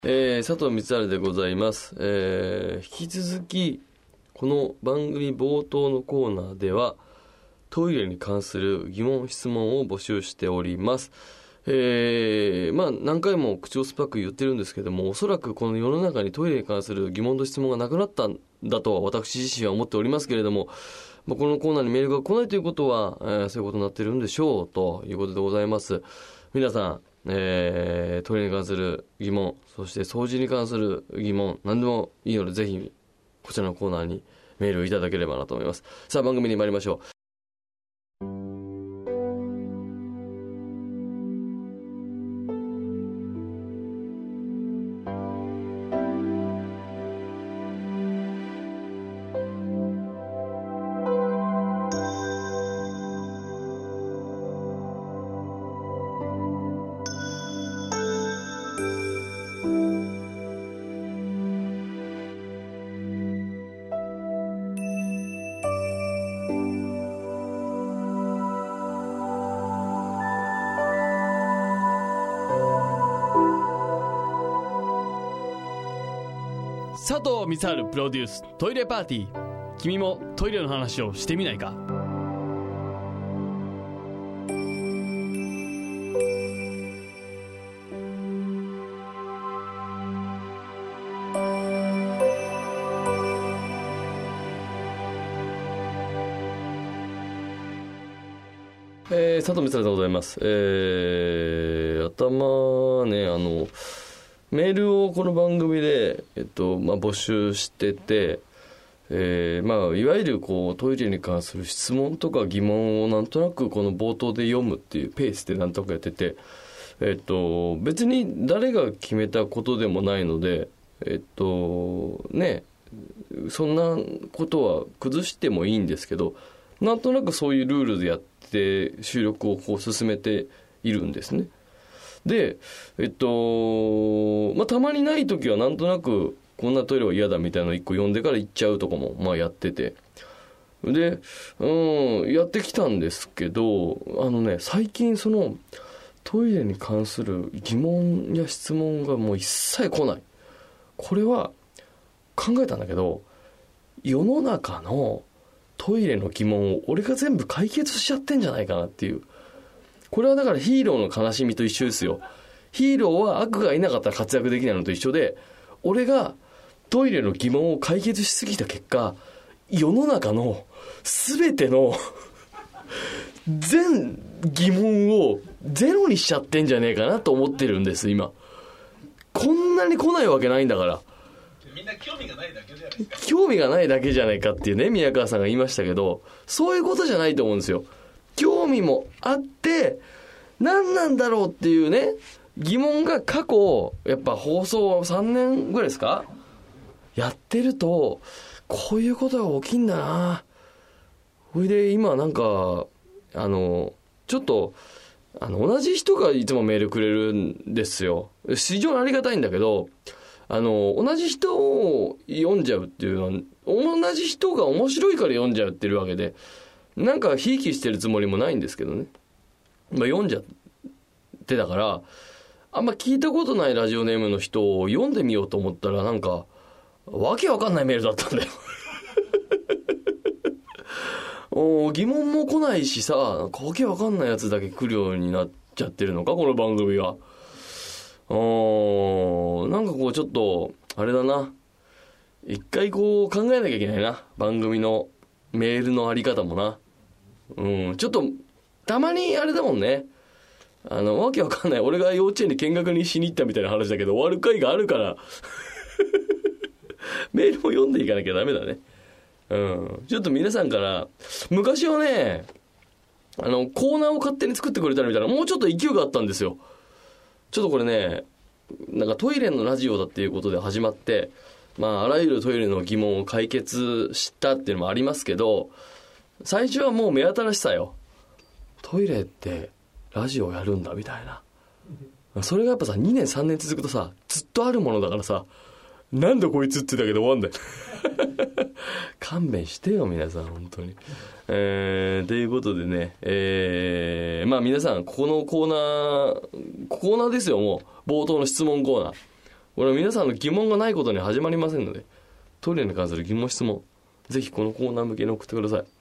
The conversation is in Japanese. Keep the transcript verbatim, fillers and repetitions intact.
えー、佐藤光晴でございます、えー、引き続きこの番組冒頭のコーナーではトイレに関する疑問質問を募集しております。えー、まあ何回も口を酸っぱく言ってるんですけども、おそらくこの世の中にトイレに関する疑問と質問がなくなったんだとは私自身は思っておりますけれども、まあ、このコーナーにメールが来ないということは、えー、そういうことになってるんでしょうということでございます。皆さん、えー、トイレに関する疑問、そして掃除に関する疑問、何でもいいのでぜひこちらのコーナーにメールをいただければなと思います。さあ番組に参りましょう。 佐藤光晴プロデューストイレパーティー。君もトイレの話をしてみないか。 えー、佐藤光晴でございます。えー、頭ね、あのメールをこの番組で、えっとまあ、募集してて、えーまあ、いわゆるこうトイレに関する質問とか疑問をなんとなくこの冒頭で読むっていうペースでなんとかやってて、えっと、別に誰が決めたことでもないので、えっとね、そんなことは崩してもいいんですけど、なんとなくそういうルールでやって収録をこう進めているんですね。で、えっと、まあ、たまにない時はなんとなくこんなトイレは嫌だみたいなの一個読んでから行っちゃうとかもまあやってて、で、うん、やってきたんですけど、あのね、最近そのトイレに関する疑問や質問がもう一切来ない。これは考えたんだけど、世の中のトイレの疑問を俺が全部解決しちゃってんじゃないかなっていう。これはだからヒーローの悲しみと一緒ですよ。ヒーローは悪がいなかったら活躍できないのと一緒で、俺がトイレの疑問を解決しすぎた結果、世の中の全ての全疑問をゼロにしちゃってんじゃねえかなと思ってるんです今。こんなに来ないわけないんだから。 みんな興味がないだけじゃないか。 興味がないだけじゃないかっていうね、宮川さんが言いましたけど、そういうことじゃないと思うんですよ。興味もあって何なんだろうっていうね疑問が過去やっぱ放送さんねんぐらいですかやってると、こういうことが起きんだな。それで今なんかあのちょっとあの同じ人がいつもメールくれるんですよ。非常にありがたいんだけど、あの同じ人を読んじゃうっていうのは同じ人が面白いから読んじゃうっていうわけで、なんかひいきしてるつもりもないんですけどね、まあ、読んじゃってたから、あんま聞いたことないラジオネームの人を読んでみようと思ったら、なんかわけわかんないメールだったんだよお疑問も来ないしさ、わけわかんないやつだけ来るようになっちゃってるのかこの番組は。おなんかこうちょっとあれだな、一回こう考えなきゃいけないな、番組のメールのあり方もな。うん、ちょっとたまにあれだもんね、あのわけわかんない俺が幼稚園に見学にしに行ったみたいな話だけど終わる回があるからメールも読んでいかなきゃダメだね。うん、ちょっと皆さんから昔はね、あのコーナーを勝手に作ってくれたみたいな、もうちょっと勢いがあったんですよ。ちょっとこれね、なんかトイレのラジオだっていうことで始まって、まああらゆるトイレの疑問を解決したっていうのもありますけど、最初はもう目新しさよ。トイレってラジオやるんだみたいな。それがやっぱさにねんさんねん続くとさ、ずっとあるものだからさ、なんだこいつってだけで終わんだよ勘弁してよ皆さん本当に。えー、ということでね、えー、まあ皆さんここのコーナーコーナーですよ、もう冒頭の質問コーナー、 これは皆さんの疑問がないことに始まりませんので、トイレに関する疑問質問ぜひこのコーナー向けに送ってください。